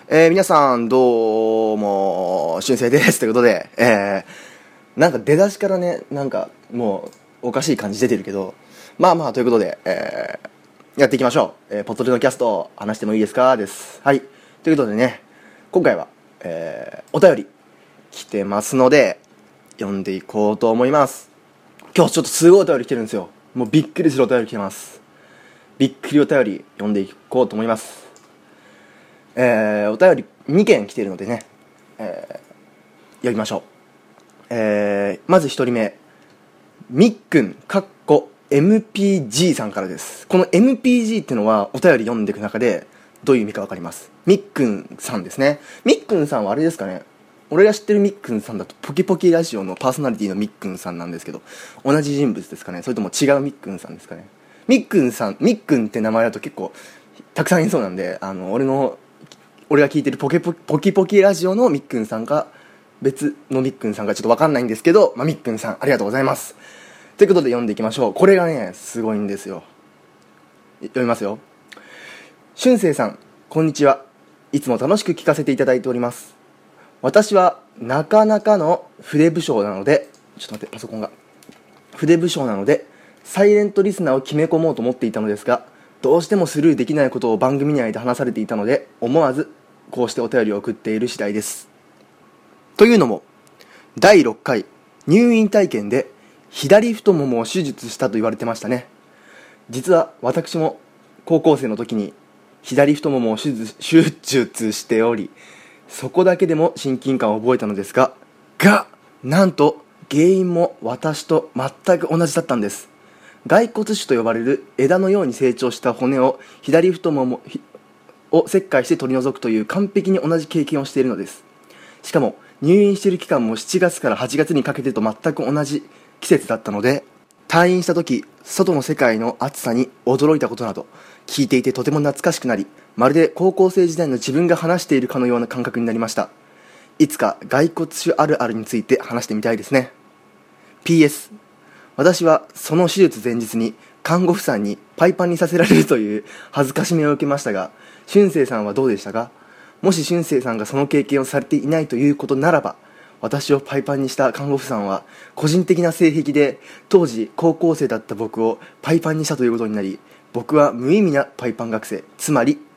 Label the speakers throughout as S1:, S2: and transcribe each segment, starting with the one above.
S1: 皆さんどうもしゅんせいですということで、なんか出だしからね、なんかもうおかしい感じ出てるけど、まあまあということで、やっていきましょう。ポッドキャスト話してもいいですかです。はい、ということでね、今回は、お便り来てますので読んでいこうと思います。今日ちょっとすごいお便り来てるんですよ。もうびっくりするお便り来てます。びっくりお便り読んでいこうと思います。お便り2件来ているのでね、読みましょう。まず1人目、みっくんMPG さんからです。この MPG っていうのはお便り読んでいく中でどういう意味か分かります。みっくんさんですね。みっくんさんはあれですかね、俺が知ってるみっくんさんだとポキポキラジオのパーソナリティのみっくんさんなんですけど、同じ人物ですかね、それとも違うみっくんさんですかね。みっくんさん、みっくんって名前だと結構たくさんいそうなんで、俺が聞いてるポキポキラジオのみっくんさんか別のみっくんさんかちょっと分かんないんですけど、みっくんさんありがとうございます。ということで読んでいきましょう。これがねすごいんですよ。読みますよ。しゅんせいさん、こんにちは。いつも楽しく聞かせていただいております。私はなかなかの筆不詳なので、ちょっと待って、パソコンが筆不詳なのでサイレントリスナーを決め込もうと思っていたのですが、どうしてもスルーできないことを番組内で話されていたので、思わずこうしてお便りを送っている次第です。というのも、第6回入院体験で左太ももを手術したと言われてましたね。実は私も高校生の時に左太ももを手術しており、そこだけでも親近感を覚えたのですが、なんと原因も私と全く同じだったんです。骸骨腫と呼ばれる枝のように成長した骨を左太ももを切開して取り除くという完璧に同じ経験をしているのです。しかも入院している期間も7月から8月にかけてと全く同じ季節だったので、退院した時外の世界の暑さに驚いたことなど聞いていてとても懐かしくなり、まるで高校生時代の自分が話しているかのような感覚になりました。いつか骸骨腫あるあるについて話してみたいですね。 PS、 私はその手術前日に看護婦さんにパイパンにさせられるという恥ずかしめを受けましたが、しゅんせいさんはどうでしたか。もししゅんせいさんがその経験をされていないということならば、私をパイパンにした看護婦さんは個人的な性癖で、当時高校生だった僕をパイパンにしたということになり、僕は無意味なパイパン学生、つまり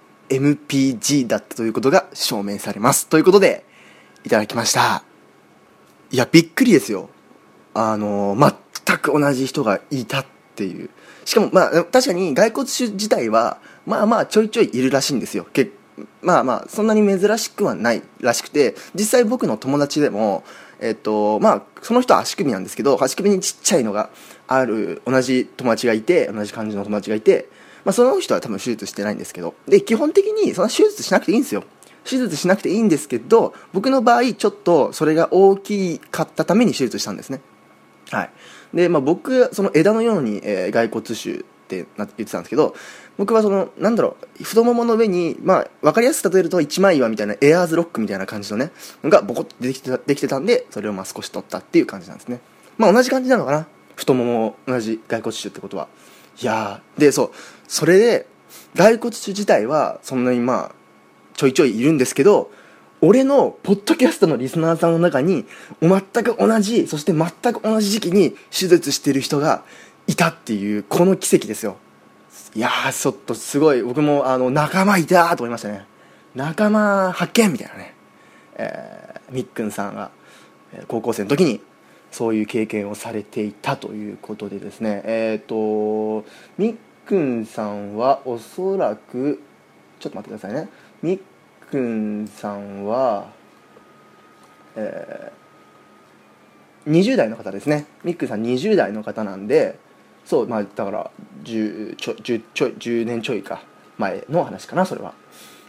S1: MPG だったということが証明されます。ということでいただきました。いや、びっくりですよ。全く同じ人がいたっていう。しかも確かに骸骨腫自体はちょいちょいいるらしいんですよ。そんなに珍しくはないらしくて、実際僕の友達でもその人は足首なんですけど、足首にちっちゃいのがある同じ友達がいて、同じ感じの友達がいて、その人は多分手術してないんですけど、で基本的にその手術しなくていいんですよ。手術しなくていいんですけど、僕の場合ちょっとそれが大きかったために手術したんですね。はい。で、僕その枝のように、骸骨腫って言ってたんですけど、僕は太ももの上に、分かりやすく例えると一枚岩みたいなエアーズロックみたいな感じのねがボコッとできてたんで、それを少し取ったっていう感じなんですね。同じ感じなのかな、太もも同じ骸骨腫ってことは。いやー、でそれで骸骨腫自体はそんなにちょいちょいいるんですけど、俺のポッドキャストのリスナーさんの中に全く同じ、そして全く同じ時期に手術してる人がいたっていう、この奇跡ですよ。いやー、ちょっとすごい、僕も仲間いたと思いましたね。仲間発見みたいなね。みっくんさんが高校生の時にそういう経験をされていたということでですね、みっくんさんはおそらく、ちょっと待ってくださいね。みっくんさんは、20代の方ですね。みっくんさん20代の方なんで、そう、だから10年ちょいか前の話かな、それは。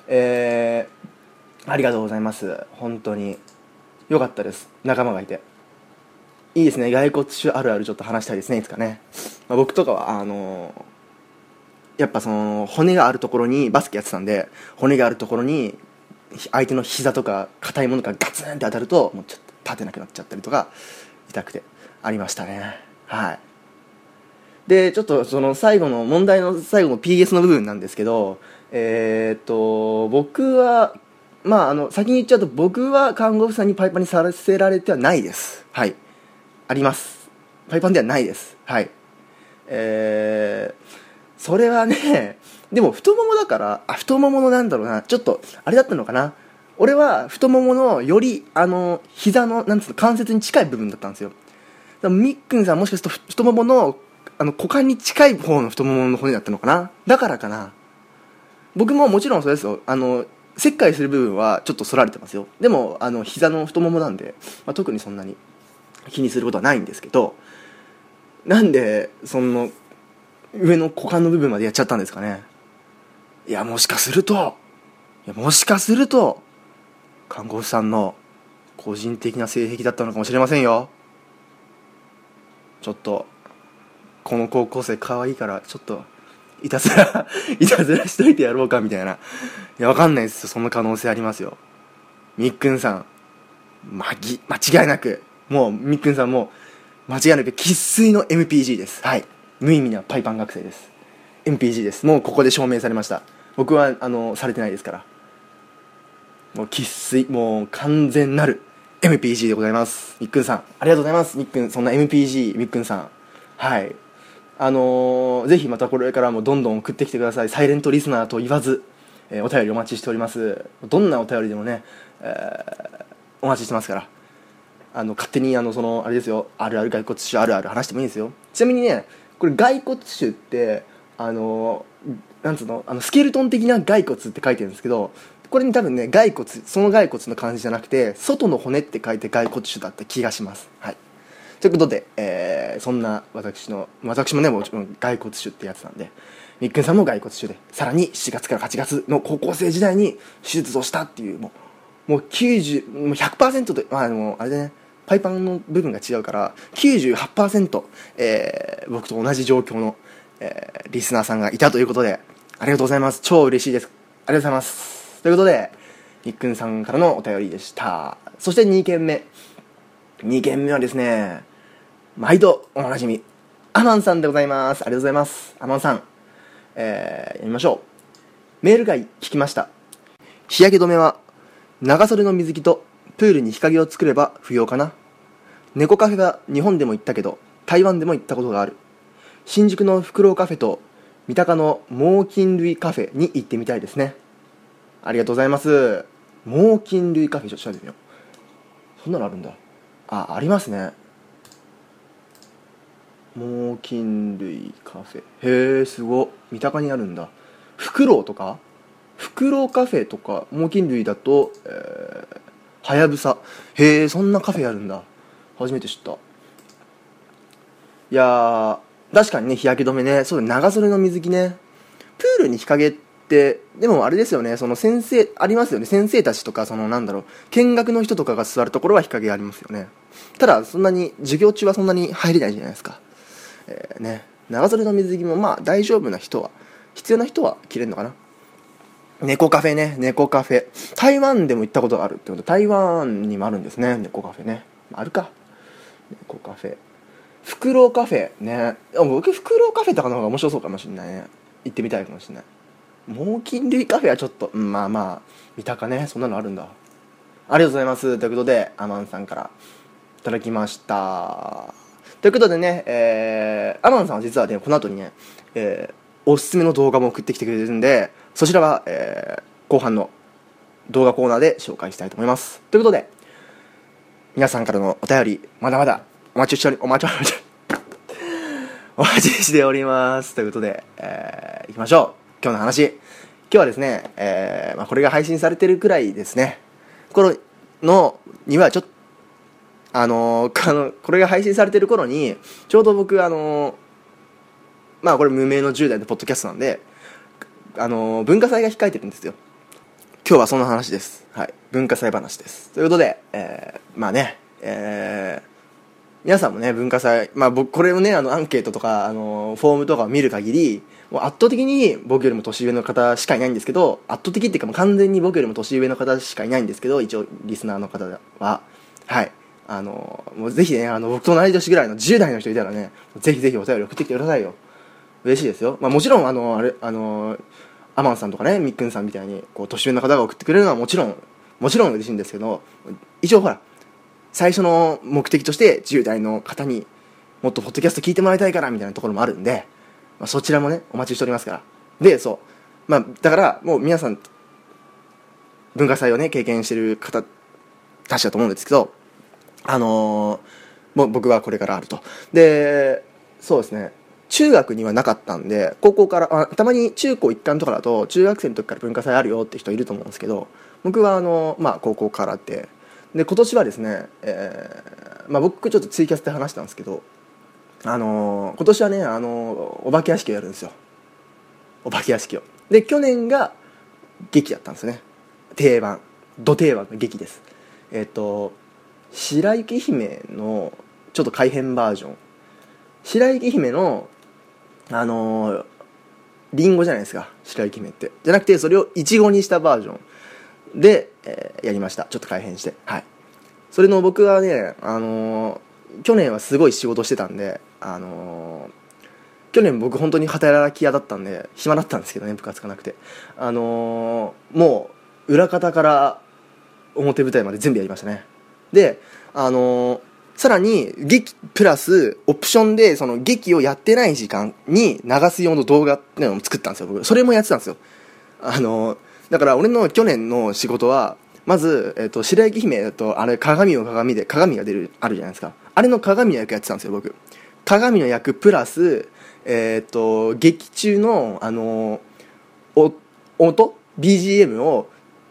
S1: ありがとうございます。本当によかったです。仲間がいていいですね。骸骨腫あるあるちょっと話したいですね、いつかね。僕とかはやっぱその骨があるところにバスケやってたんで、骨があるところに相手の膝とか硬いものがガツンって当たると、もうちょっと立てなくなっちゃったりとか痛くてありましたね。はい。でちょっとその最後の問題の最後の PS の部分なんですけど、僕は先に言っちゃうと、僕は看護婦さんにパイパンにさせられてはないです。はい。あります。パイパンではないです。はい。それはね、でも太ももだから、太もものなんだろうな、ちょっと、あれだったのかな。俺は太もものより、膝の、関節に近い部分だったんですよ。みっくんさんもしかすると太ももの、股間に近い方の太ももの骨だったのかな。だからかな。僕ももちろんそうですよ。切開する部分はちょっと反られてますよ。でも、膝の太ももなんで、特にそんなに気にすることはないんですけど、なんで、上の股間の部分までやっちゃったんですかね。もしかすると、看護婦さんの個人的な性癖だったのかもしれませんよ。ちょっと、この高校生可愛いから、ちょっと、いたずらしといてやろうかみたいな。わかんないですよ。そんな可能性ありますよ。みっくんさん、間違いなく、もう、みっくんさんも、間違いなく生粋の MPG です。はい。無意味なパイパン学生です。MPG です。もうここで証明されました。僕は、されてないですから。もう生粋、もう完全なる MPG でございます。みっくんさん、ありがとうございます。みっくん、そんな MPG、みっくんさん。はい。ぜひまたこれからもどんどん送ってきてください。サイレントリスナーと言わず、お便りお待ちしております。どんなお便りでもね、お待ちしてますから。勝手にあれですよ、あるある骸骨種あるある話してもいいですよ。ちなみにね、これ骸骨種ってなんつうの、スケルトン的な骸骨って書いてるんですけど、これに多分ね、骸骨、その骸骨の漢字じゃなくて、外の骨って書いて骸骨種だった気がします。はい。ということで、そんな私もね、もちろん骸骨種ってやつなんで、みっくんさんも骸骨種で、さらに7月から8月の高校生時代に手術をしたっていう、もう100% で、あれでね、パイパンの部分が違うから 98%、僕と同じ状況の、リスナーさんがいたということで、ありがとうございます。超嬉しいです。ありがとうございます。ということで、みっくんさんからのお便りでした。そして2件目はですね、毎度おなじみアマンさんでございます。ありがとうございます。アマンさん、やりましょう。メール外聞きました。日焼け止めは長袖の水着とプールに日陰を作れば不要かな。猫カフェは日本でも行ったけど台湾でも行ったことがある。新宿のフクロウカフェと三鷹の猛禽類カフェに行ってみたいですね。ありがとうございます。猛禽類カフェ、ちょっと調べてみよう。そんなのあるんだ。ありますね。猛禽類カフェ、へえ、すご。三鷹にあるんだ。フクロウとかフクロウカフェとか猛禽類だとはやぶさ、へえ、そんなカフェあるんだ。初めて知った。いやー、確かにね、日焼け止めね。そうだ、長袖の水着ね。プールに日陰って、でもあれですよね、先生ありますよね。先生たちとか、見学の人とかが座るところは日陰ありますよね。ただそんなに授業中はそんなに入れないじゃないですか。長袖の水着も大丈夫な人は、必要な人は着れるのかな。猫カフェね、猫カフェ。台湾でも行ったことがあるってこと。台湾にもあるんですね、猫カフェね。あるか。猫カフェ。フクロウカフェね。僕フクロウカフェとかの方が面白そうかもしれないね。行ってみたいかもしれない。猛禽類カフェはちょっと、三鷹ね、そんなのあるんだ。ありがとうございます。ということで、アマンさんからいただきました。ということでね、アマンさんは実はね、この後にね、おすすめの動画も送ってきてくれてるんで、そちらは、後半の動画コーナーで紹介したいと思います。ということで、皆さんからのお便り、まだまだお待ちしております。ということで、行きましょう。今日の話。今日はですね、これが配信されてるくらいですね。頃のにはちょっと、これが配信されてる頃に、ちょうど僕、これ無名の10代のポッドキャストなんで、文化祭が控えてるんですよ。今日はその話です。はい。文化祭話です。ということで、皆さんもね、文化祭、僕、これをね、アンケートとか、フォームとかを見る限り、もう圧倒的に僕よりも年上の方しかいないんですけど、圧倒的っていうかもう完全に僕よりも年上の方しかいないんですけど、一応、リスナーの方は、はい。もうぜひね、僕と同い年ぐらいの10代の人いたらね、ぜひぜひお便り送ってきてくださいよ。嬉しいですよ。もちろん、アマンさんとかね、みっくんさんみたいに、年上の方が送ってくれるのはもちろんもちろん嬉しいんですけど、一応ほら最初の目的として10代の方にもっとポッドキャスト聞いてもらいたいからみたいなところもあるんで、そちらもねお待ちしておりますから。でだからもう皆さん文化祭をね経験してる方たちだと思うんですけど、もう僕はこれからあると。でそうですね、中学にはなかったんで、高校からたまに中高一貫とかだと中学生の時から文化祭あるよって人いると思うんですけど、僕は高校からで今年はですね、僕ちょっとツイキャスで話したんですけど、今年はねお化け屋敷をやるんですよ。お化け屋敷を。で去年が劇だったんですよね。ど定番の劇です。白雪姫のちょっと改編バージョン、白雪姫のリンゴじゃないですか、白雪姫ってじゃなくて、それをイチゴにしたバージョンで、やりました。ちょっと改編して、はい。それの僕はね、去年はすごい仕事してたんで、去年僕本当に働き屋だったんで暇だったんですけどね、部活がなくて、もう裏方から表舞台まで全部やりましたね。でさらに劇プラスオプションでその劇をやってない時間に流す用の動画っていうのを作ったんですよ。僕それもやってたんですよ。だから俺の去年の仕事はまず、白雪姫だとあれ鏡が出るあるじゃないですか。あれの鏡の役やってたんですよ僕。鏡の役プラス劇中の音 BGM を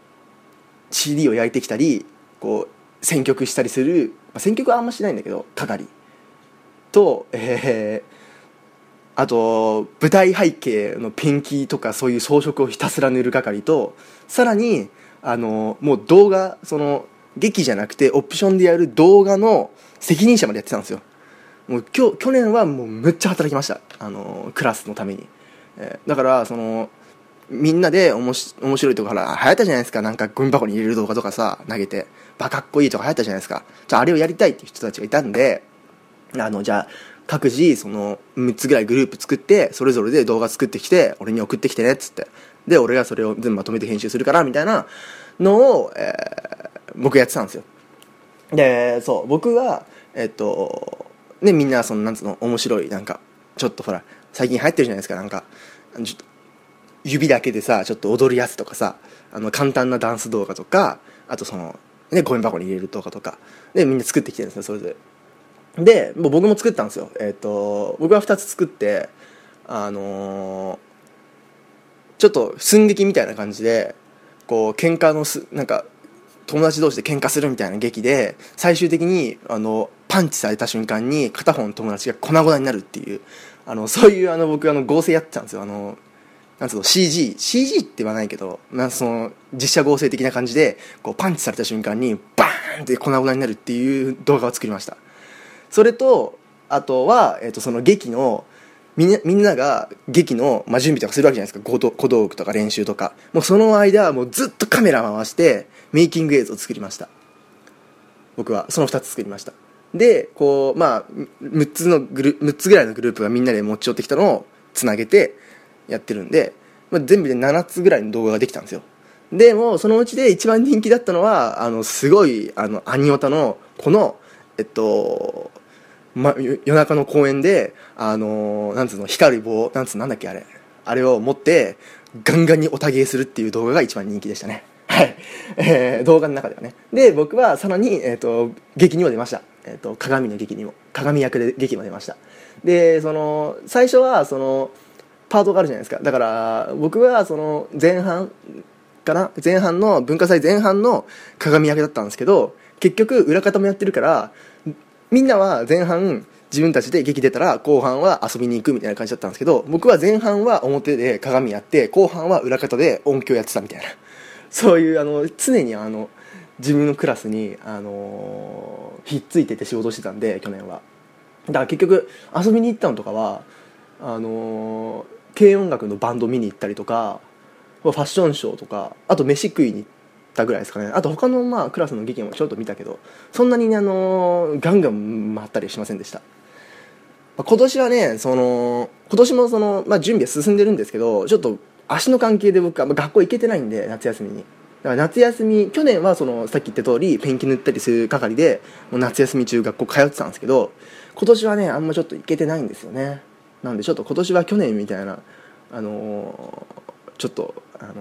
S1: CD を焼いてきたりこう選曲したりする、選曲はあんましないんだけど係と、あと舞台背景のペンキとかそういう装飾をひたすら塗る係と、さらにもう動画、その劇じゃなくてオプションでやる動画の責任者までやってたんですよ。もう去年はもうめっちゃ働きました、クラスのために。だからみんなで面白いとか流行ったじゃないですか。なんかゴミ箱に入れる動画とかさ、投げてバカっこいいとか流行ったじゃないですか。じゃああれをやりたいっていう人たちがいたんで、じゃあ各自その6つぐらいグループ作ってそれぞれで動画作ってきて俺に送ってきてねっつって、で俺がそれを全部まとめて編集するからみたいなのを、僕やってたんですよ。で僕はみんななんつうの面白い、なんかちょっとほら最近流行ってるじゃないですか。なんかちょっと指だけでさちょっと踊るやつとかさ、簡単なダンス動画とか、あとゴミ箱に入れる動画とかでみんな作ってきてるんですよ、それぞれで。もう僕も作ったんですよ。僕は2つ作って、ちょっと寸劇みたいな感じでこう喧嘩のなんか友達同士で喧嘩するみたいな劇で、最終的にパンチされた瞬間に片方の友達が粉々になるっていう、そういう僕合成やってたんですよ。なんつうの CG って言わないけど、実写合成的な感じでこうパンチされた瞬間にバーンって粉々になるっていう動画を作りました。それとあとは、その劇のみんなが劇の、準備とかするわけじゃないですか。小道具とか練習とか、もうその間はもうずっとカメラ回してメイキング映像を作りました。僕はその2つ作りました。でこう6つぐらいのグループがみんなで持ち寄ってきたのをつなげてやってるんで、全部で7つぐらいの動画ができたんですよ。でもそのうちで一番人気だったのはすごいアニオタのこの夜中の公園でなんつうの光る棒なんだっけあれを持ってガンガンにオタ芸するっていう動画が一番人気でしたね。はい、動画の中ではね。で僕はさらに劇にも出ました。鏡の劇にも鏡役で劇も出ました。で最初はパートがあるじゃないですか。だから僕は前半の文化祭前半の鏡役だったんですけど、結局裏方もやってるからみんなは前半自分たちで劇出たら後半は遊びに行くみたいな感じだったんですけど、僕は前半は表で鏡やって後半は裏方で音響やってたみたいな、そういう常に自分のクラスにひっついてて仕事してたんで、去年は。だから結局遊びに行ったのとかは軽音楽のバンド見に行ったりとか、ファッションショーとか、あと飯食いに行ったぐらいですかね。あと他のクラスの劇もちょっと見たけど、そんなにガンガン回ったりしませんでした。今年はね今年も準備は進んでるんですけど、ちょっと足の関係で僕は学校行けてないんで、夏休みにから夏休み、去年はそのさっき言った通りペンキ塗ったりする係でもう夏休み中学校通ってたんですけど、今年はねあんまちょっと行けてないんですよね。なんでちょっと今年は去年みたいなちょっと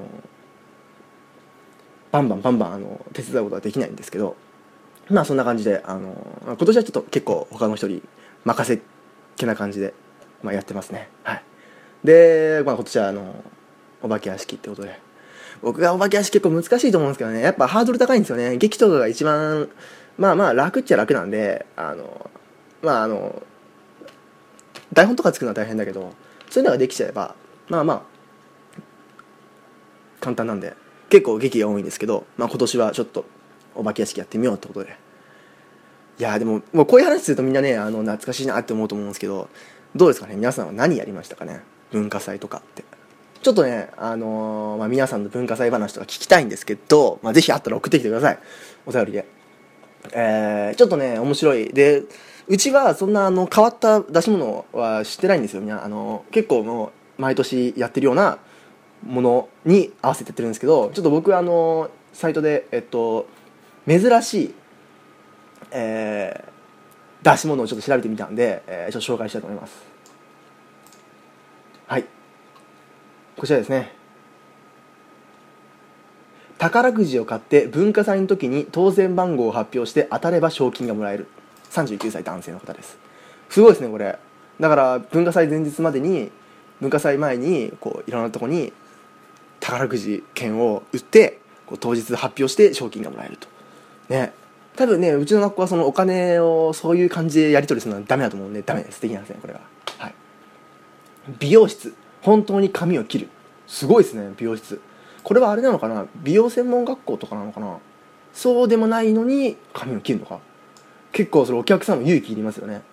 S1: バンバン手伝うことはできないんですけど、まあそんな感じで今年はちょっと結構他の人に任せっけな感じで、まあ、やってますね。はい。で、まあ、今年はお化け屋敷ってことで、僕がお化け屋敷結構難しいと思うんですけどね、やっぱハードル高いんですよね。劇とかが一番まあ楽っちゃ楽なんで、台本とか作るのは大変だけど、そういうのができちゃえばまあ簡単なんで、結構劇が多いんですけど、まあ、今年はちょっとお化け屋敷やってみようってことで。いやでもこういう話するとみんなね懐かしいなって思うと思うんですけど、どうですかね、皆さんは何やりましたかね、文化祭とかって。ちょっとね皆さんの文化祭話とか聞きたいんですけど、ぜひあったら送ってきてください、お便りで。ちょっとね面白いで、うちはそんな変わった出し物はしてないんですよ。みんな結構もう毎年やってるようなものに合わせてやってるんですけど、ちょっと僕サイトで珍しい、出し物をちょっと調べてみたんで、ちょっと紹介したいと思います。はい、こちらですね。宝くじを買って文化祭の時に当選番号を発表して当たれば賞金がもらえる、39歳男性の方です。すごいですねこれ。だから文化祭前日までに、文化祭前にこういろんなとこに宝くじ券を売って、こう当日発表して賞金がもらえるとね。多分ね、うちの学校はそのお金をそういう感じでやり取りするのはダメだと思うんで、ダメです、できないですねこれは。はい。美容室、本当に髪を切る、すごいですね美容室。これはあれなのかな、美容専門学校とかなのかな。そうでもないのに髪を切るのか。結構それお客さんも勇気いりますよね。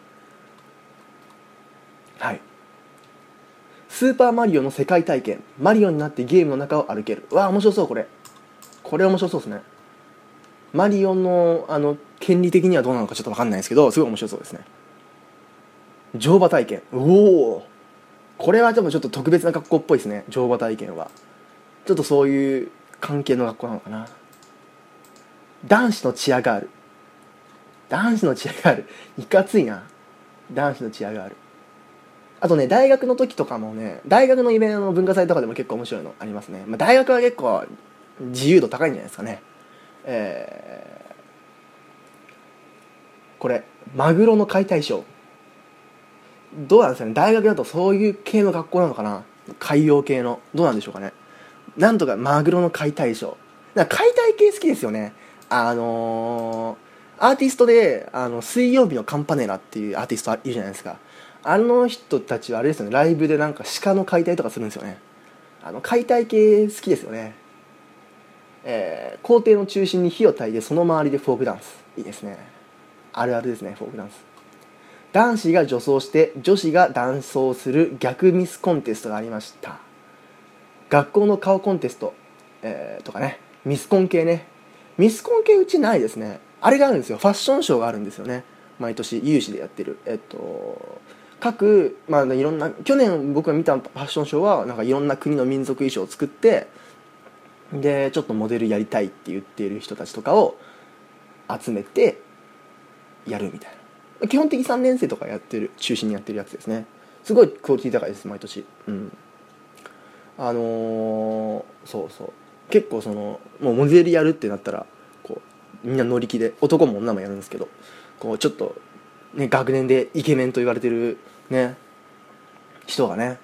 S1: はい。スーパーマリオの世界体験、マリオになってゲームの中を歩ける。わあ面白そう、これ面白そうですね。マリオの権利的にはどうなのかちょっと分かんないですけど、すごい面白そうですね。乗馬体験、おお、これはでもちょっと特別な学校っぽいですね。乗馬体験はちょっとそういう関係の学校なのかな。男子のチアガール、いかついな。男子のチアガール。あとね、大学の時とかもね、大学のイベントの文化祭とかでも結構面白いのありますね。大学は結構自由度高いんじゃないですかね。これマグロの解体ショー、どうなんですかね。大学だとそういう系の学校なのかな、海洋系の。どうなんでしょうかね。なんとかマグロの解体ショー、だから解体系好きですよね。アーティストで水曜日のカンパネラっていうアーティストいるじゃないですか。あの人たちはあれですよね、ライブでなんか鹿の解体とかするんですよね。解体系好きですよね。校庭の中心に火を焚いてその周りでフォークダンス、いいですね。あるあるですね、フォークダンス。男子が女装して女子が男装する逆ミスコンテストがありました。学校の顔コンテスト、とかね、ミスコン系ね。ミスコン系うちないですね。あれがあるんですよ、ファッションショーがあるんですよね、毎年有志でやってる。各、いろんな、去年僕が見たファッションショーはなんかいろんな国の民族衣装を作って、でちょっとモデルやりたいって言っている人たちとかを集めてやるみたいな。基本的に3年生とか中心にやってるやつですね。すごいクオリティ高いです、毎年。そうそう、結構もうモデルやるってなったらこうみんな乗り気で、男も女もやるんですけど、こうちょっとね学年でイケメンと言われてるね人がね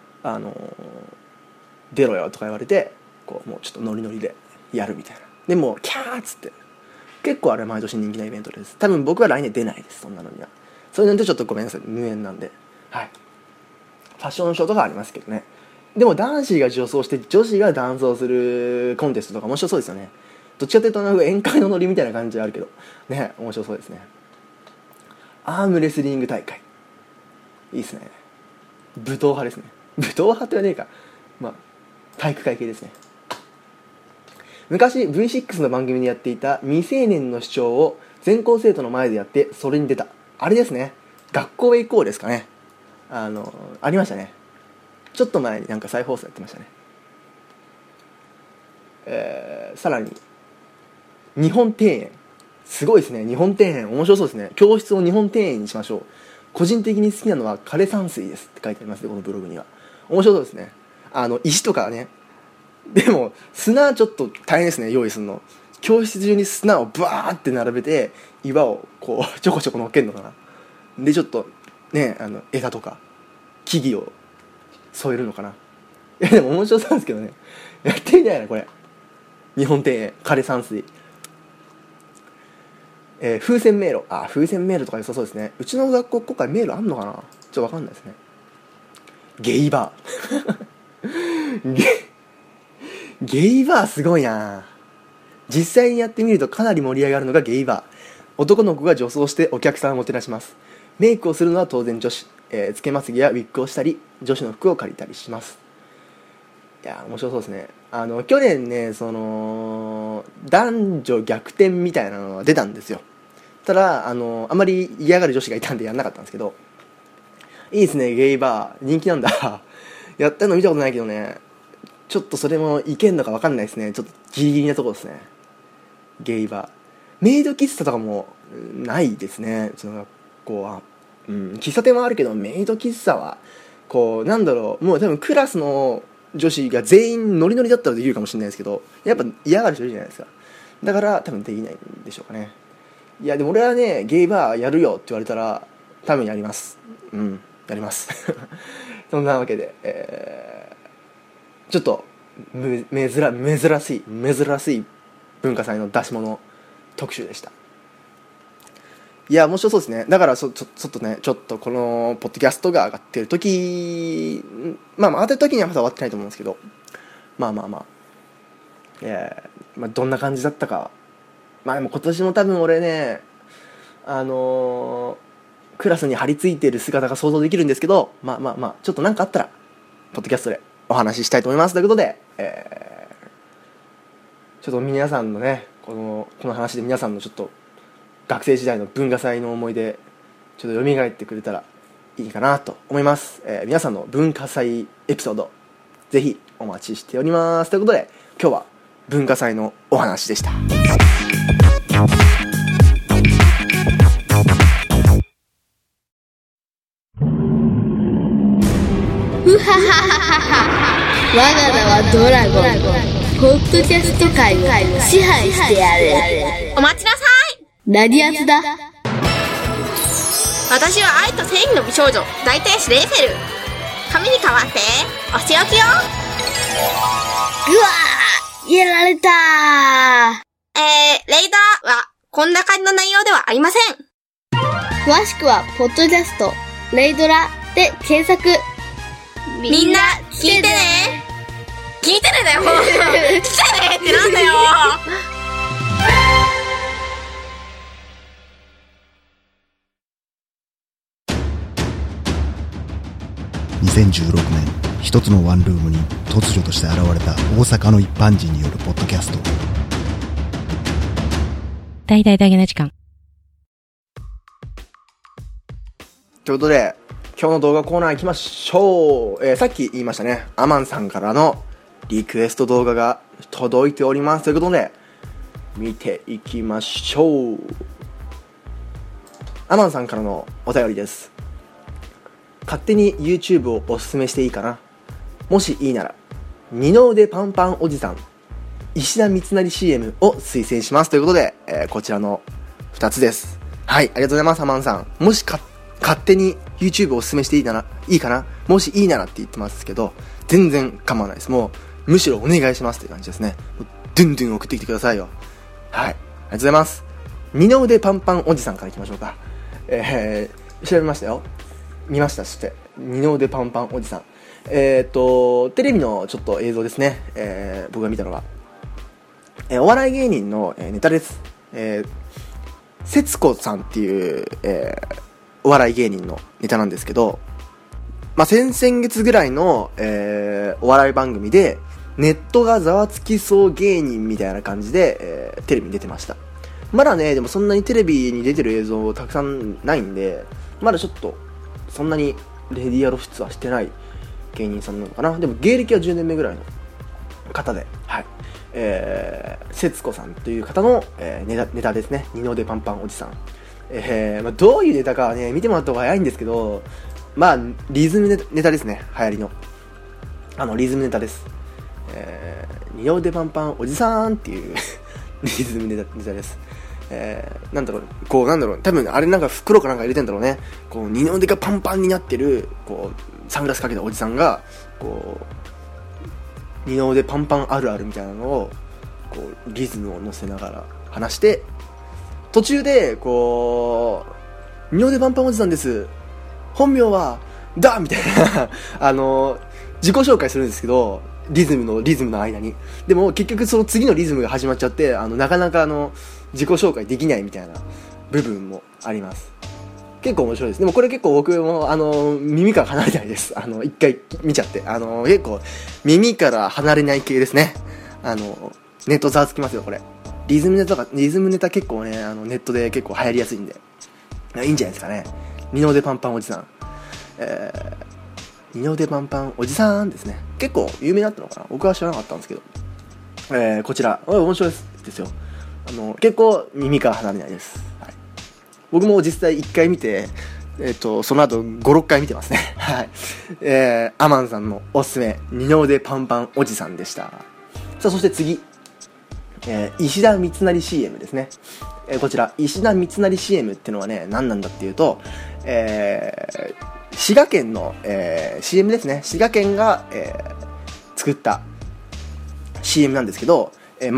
S1: 出ろよとか言われて、こうもうちょっとノリノリでやるみたいな。でもうキャーっつって、結構あれ毎年人気なイベントです。多分僕は来年出ないです、そんなのには。そういうのでちょっとごめんなさい、無縁なんで。はい。ファッションショーとかありますけどね。でも男子が女装して女子が男装するコンテストとか面白そうですよね。どっちかというと宴会のノリみたいな感じはあるけどね、面白そうですね。アームレスリング大会、いいですね。武闘派ですね。武闘派ってはねえか、体育会系ですね。昔 V6 の番組でやっていた未成年の主張を全校生徒の前でやってそれに出た、あれですね。学校へ行こうですかね。ありましたね。ちょっと前になんか再放送やってましたね。 さらに日本庭園、すごいですね。日本庭園面白そうですね。教室を日本庭園にしましょう。個人的に好きなのは枯山水ですって書いてありますね、このブログには。面白そうですね。石とかね。でも砂ちょっと大変ですね、用意するの。教室中に砂をバーって並べて岩をこうちょこちょこ乗っけるのかな。でちょっとね、枝とか木々を添えるのかな。いやでも面白そうですけどね。やってみたいなこれ。日本庭園枯山水。風船迷路、風船迷路とか良さそうですね。うちの学校今回迷路あんのかな、ちょっと分かんないですね。ゲイバーゲイバーすごいな。実際にやってみるとかなり盛り上がるのがゲイバー。男の子が女装してお客さんをもてなします。メイクをするのは当然女子、つけまつげやウィッグをしたり女子の服を借りたりします。いや面白そうですね。去年ね、男女逆転みたいなのが出たんですよ。ただあまり嫌がる女子がいたんでやんなかったんですけど、いいですね、ゲイバー人気なんだやったの見たことないけどね、ちょっとそれもいけんのか分かんないですね。ちょっとギリギリなところですね、ゲイバー。メイド喫茶とかもないですね、うちの学校は。喫茶店はあるけどメイド喫茶はこうなんだろう、もう多分クラスの女子が全員ノリノリだったらできるかもしれないですけど、やっぱ嫌がる人いるじゃないですか。だから多分できないんでしょうかね。いやでも俺はね、ゲイバーやるよって言われたら多分やります。やりますそんなわけで、ちょっと珍しい文化祭の出し物特集でした。いや面白そうですね。だからちょっとこのポッドキャストが上がってる時、上がってる時にはまだ終わってないと思うんですけど、どんな感じだったか。でも今年も多分俺ね、クラスに張り付いてる姿が想像できるんですけど、ちょっと何かあったらポッドキャストでお話ししたいと思います。ということで、ちょっと皆さんのね、この話で皆さんのちょっと学生時代の文化祭の思い出ちょっと蘇ってくれたらいいかなと思います。皆さんの文化祭エピソードぜひお待ちしております。ということで今日は文化祭のお話でした。
S2: ふはははは、我が名はドラゴン。ポッドキャスト界を支配してやる。
S3: お待ちなさい。
S2: 何やつだ。
S3: 私は愛と正義の美少女大天使レイフェル。髪に代わってお仕置きよ。
S2: うわー、やられたー。
S3: レイダーはこんな感じの内容ではありません。
S2: 詳しくはポッドキャストレイドラで検索。
S3: みんな聞いてね。聞いてねだよ。聞いてねってなんだよ。
S4: 2016年、一つのワンルームに突如として現れた大阪の一般人によるポッドキャスト。
S5: 大々だけな時間。
S1: ということで今日の動画コーナー行きましょう。さっき言いましたね、アマンさんからのリクエスト動画が届いておりますということで見ていきましょう。アマンさんからのお便りです。勝手に YouTube をおすすめしていいかな。もしいいなら二の腕パンパンおじさん石田三成 CM を推薦しますということで、こちらの2つです。はい、ありがとうございます。アマンさん、もし勝手に YouTube をおすすめしていいかな、もしいいならって言ってますけど全然構わないです。もうむしろお願いしますという感じですね。ドゥンドゥン送ってきてくださいよ。はい、ありがとうございます。二の腕パンパンおじさんからいきましょうか。調べましたよ。見ました。そして二の腕パンパンおじさん、テレビのちょっと映像ですね。僕が見たのが、お笑い芸人のネタです。節子さんっていう、お笑い芸人のネタなんですけど、先々月ぐらいの、お笑い番組でネットがざわつきそう芸人みたいな感じで、テレビに出てました。まだね、でもそんなにテレビに出てる映像たくさんないんで、まだちょっとそんなにレディア露出はしてない芸人さんなのかな。でも芸歴は10年目ぐらいの方で、はい。 節子さんという方の、ネタですね。二の腕パンパンおじさん。どういうネタかはね、見てもらった方が早いんですけど、リズムネタですね。流行りの。リズムネタです。二の腕パンパンおじさんっていうリズムネタです。なんだろう、多分あれなんか袋かなんか入れてんだろうね。こう、二の腕がパンパンになってる、こう、サングラスかけたおじさんが、こう、二の腕パンパンあるあるみたいなのを、こう、リズムを乗せながら話して、途中で、こう、二の腕パンパンおじさんです。本名は、だみたいな、自己紹介するんですけど、リズムの間に。でも結局その次のリズムが始まっちゃって、なかなか自己紹介できないみたいな部分もあります。結構面白いです。でもこれ結構僕も耳から離れないです。一回見ちゃって。結構耳から離れない系ですね。ネットざわつきますよ、これ。リズムネタ結構ね、ネットで結構流行りやすいんで。いいんじゃないですかね。二の腕パンパンおじさん。二の腕パンパンおじさんですね。結構有名だったのかな、僕は知らなかったんですけど、こちら面白いですよ。結構耳から離れないです、はい、僕も実際1回見て、その後 5,6 回見てますねはい、アマンさんのおすすめ二の腕パンパンおじさんでした。さあ、そして次、石田三成 CM ですね。こちら石田三成 CM っていうのはね、何なんだっていうと、滋賀県の、CM ですね。滋賀県が、作った CM なんですけど、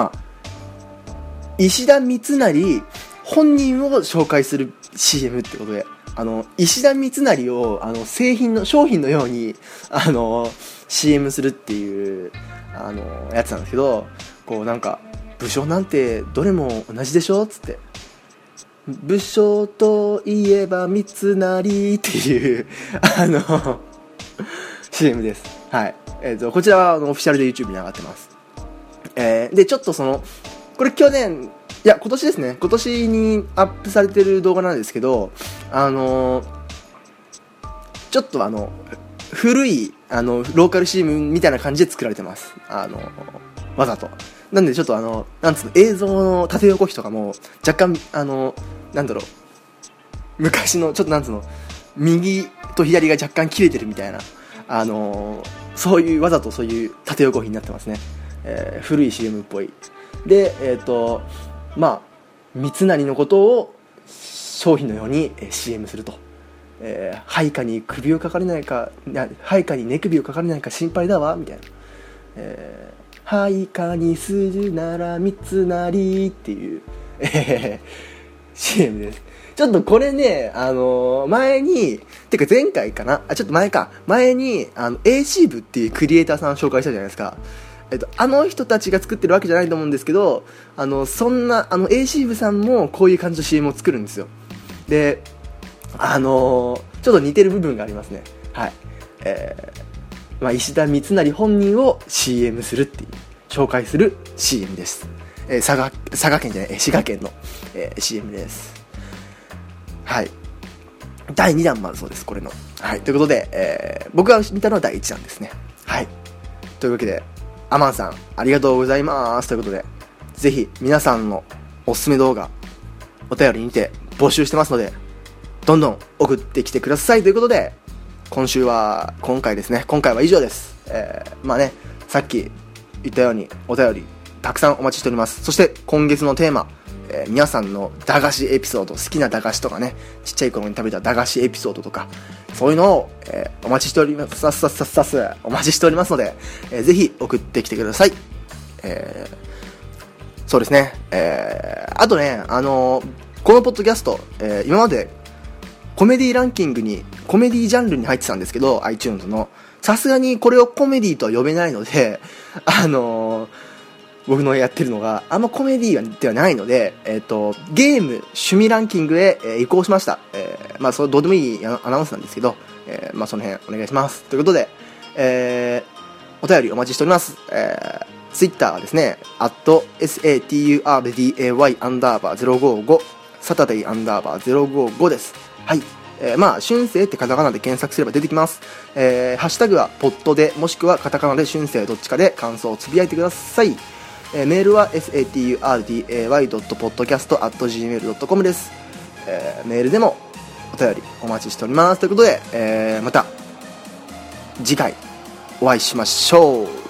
S1: 石田三成本人を紹介する CM ってことで、石田三成を商品のようにCM するっていうやつなんですけど、こうなんか武将なんてどれも同じでしょつって、武将といえば三成っていうCM です。はい。こちらはオフィシャルで YouTube に上がってます。でちょっとこれ今年ですね。今年にアップされてる動画なんですけど、ちょっと古いローカル CM みたいな感じで作られてます。わざと。なんでちょっと映像の縦横比とかも若干昔のちょっと右と左が若干切れてるみたいなそういうわざとそういう縦横比になってますね。古い CM っぽい。で三成のことを商品のように CM すると、配下に首をかかれないか、配下に寝首をかかれないか心配だわみたいな、配下にするなら三成っていう、CM です。ちょっとこれね、前に前回かな、ちょっと前にAC 部っていうクリエイターさんを紹介したじゃないですか。人たちが作ってるわけじゃないと思うんですけど、そんなAC 部さんもこういう感じの CM を作るんですよ。でちょっと似てる部分がありますね。はい。石田三成本人を CM するっていう紹介する CM です。滋賀県の、CM です。はい。第2弾もあるそうです、これの。はい。ということで、僕が見たのは第1弾ですね。はい。というわけで、アマンさんありがとうございますということで、ぜひ皆さんのおすすめ動画お便りにて募集してますので、どんどん送ってきてくださいということで、今回は以上です。さっき言ったようにお便りたくさんお待ちしております。そして今月のテーマ、皆さんの駄菓子エピソード、好きな駄菓子とかね、ちっちゃい頃に食べた駄菓子エピソードとか、そういうのを、お待ちしておりますお待ちしておりますので、ぜひ送ってきてください。そうですね。あとね、このポッドキャスト、今までコメディランキングにコメディジャンルに入ってたんですけど、 iTunes のさすがにこれをコメディとは呼べないので、僕のやってるのがあんまコメディではないので、ゲーム趣味ランキングへ、移行しました。それどうでもいいアナウンスなんですけど、その辺お願いしますということで、お便りお待ちしております。Twitter はですね、@saturday_055 Saturday_055 です。はい。春生ってカタカナで検索すれば出てきます。ハッシュタグはポッドで、もしくはカタカナで春生どっちかで感想をつぶやいてください。 メールは saturday.podcast@gmail.com です。メールでもお便りお待ちしておりますということで、また次回お会いしましょう。